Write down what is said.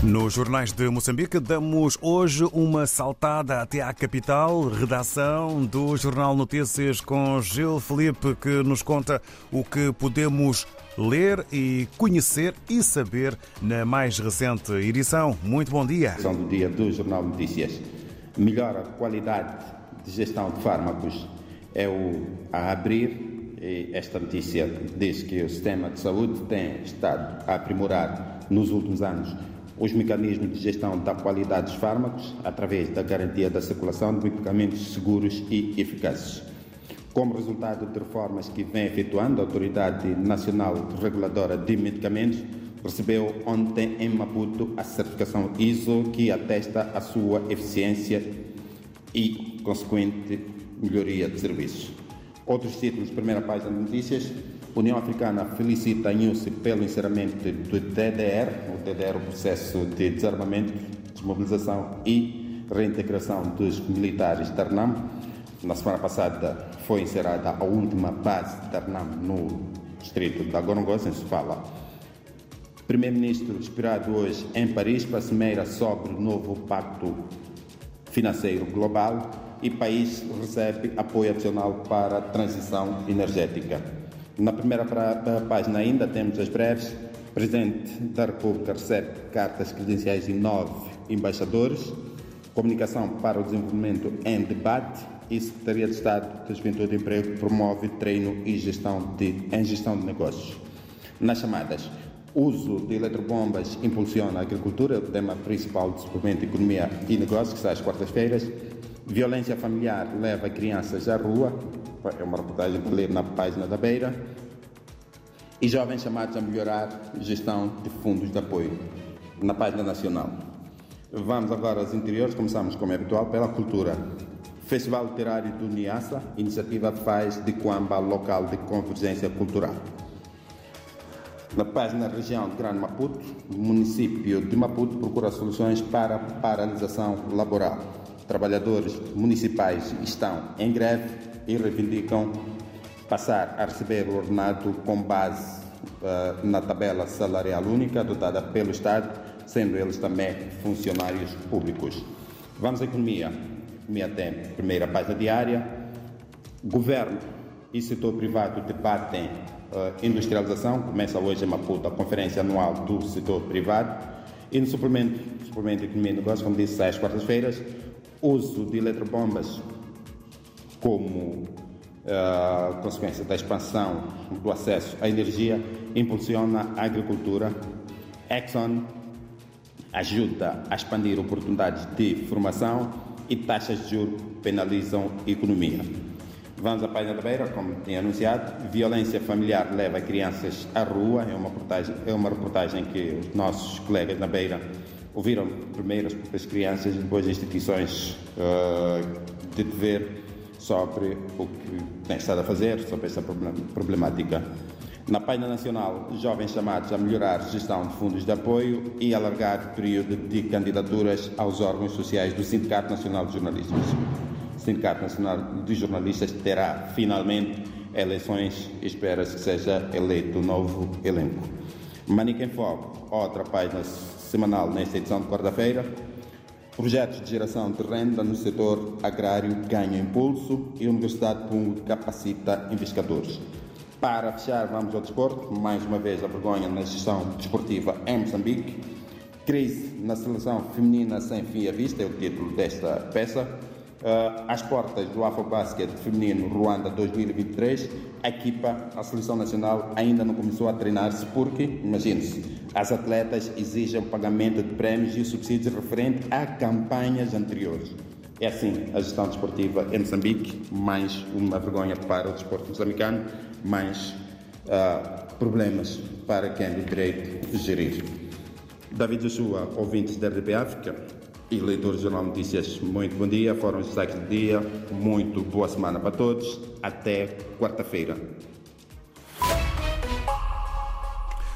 Nos jornais de Moçambique damos hoje uma saltada até à capital, redação do Jornal Notícias com Gil Felipe, que nos conta o que podemos ler e conhecer e saber na mais recente edição. Muito bom dia. Edição do dia do Jornal Notícias. Melhora a qualidade de gestão de fármacos é a abrir. E esta notícia diz que o sistema de saúde tem estado a aprimorar nos últimos anos os mecanismos de gestão da qualidade dos fármacos através da garantia da circulação de medicamentos seguros e eficazes. Como resultado de reformas que vem efetuando, a Autoridade Nacional Reguladora de Medicamentos recebeu ontem em Maputo a certificação ISO, que atesta a sua eficiência e consequente melhoria de serviços. Outros títulos, primeira página de notícias. União Africana felicita a NUSI pelo encerramento do DDR, o processo de desarmamento, desmobilização e reintegração dos militares da RNAM. Na semana passada foi encerrada a última base da RNAM no distrito da Gorongosa, em Sofala. Primeiro-Ministro esperado hoje em Paris para cimeira sobre o novo Pacto Financeiro Global e país recebe apoio adicional para a transição energética. Na primeira página ainda temos as breves. O Presidente da República recebe cartas credenciais de 9 embaixadores. Comunicação para o Desenvolvimento em debate. E Secretaria de Estado da Juventude e Emprego promove treino em gestão de negócios. Nas chamadas, uso de eletrobombas impulsiona a agricultura, o tema principal do suplemento de Economia e Negócios, que sai às quartas-feiras. Violência familiar leva crianças à rua, é uma reportagem para ler na página da Beira. E jovens chamados a melhorar a gestão de fundos de apoio, na página nacional. Vamos agora aos interiores, começamos como é habitual pela cultura. Festival Literário do Niassa, iniciativa faz de Coamba local de convergência cultural. Na página região de Grande Maputo, o município de Maputo procura soluções para paralisação laboral. Trabalhadores municipais estão em greve e reivindicam passar a receber o ordenado com base na tabela salarial única adotada pelo Estado, sendo eles também funcionários públicos. Vamos à economia. Economia tem primeira página diária. Governo e setor privado debatem industrialização. Começa hoje em Maputo a conferência anual do setor privado. E no suplemento de Economia e Negócios, como disse, às quartas-feiras, uso de eletrobombas como consequência da expansão do acesso à energia impulsiona a agricultura. Exxon ajuda a expandir oportunidades de formação e taxas de juros penalizam a economia. Vamos à página da Beira, como tinha anunciado. Violência familiar leva crianças à rua. É uma reportagem que os nossos colegas na Beira ouviram primeiro as próprias crianças e depois as instituições de dever sobre o que tem estado a fazer, sobre essa problemática. Na página nacional, jovens chamados a melhorar a gestão de fundos de apoio e alargar o período de candidaturas aos órgãos sociais do Sindicato Nacional de Jornalistas. O Sindicato Nacional de Jornalistas terá finalmente eleições e espera-se que seja eleito um novo elenco. Manica em Foco, outra página semanal nesta edição de quarta-feira. Projetos de geração de renda no setor agrário ganham impulso e a Universidade de Pungo capacita investigadores. Para fechar, vamos ao desporto. Mais uma vez, a vergonha na gestão desportiva em Moçambique. Crise na seleção feminina sem fim à vista, é o título desta peça. Às portas do Afrobasket feminino Ruanda 2023, a seleção nacional ainda não começou a treinar-se porque, imagine-se, as atletas exigem o pagamento de prémios e subsídios referente a campanhas anteriores. É assim a gestão desportiva em Moçambique, mais uma vergonha para o desporto moçambicano, mais problemas para quem do direito gerir. David Joshua, ouvintes da RDP África e leitores do Jornal Notícias, muito bom dia, foram os destaques do dia, muito boa semana para todos, até quarta-feira.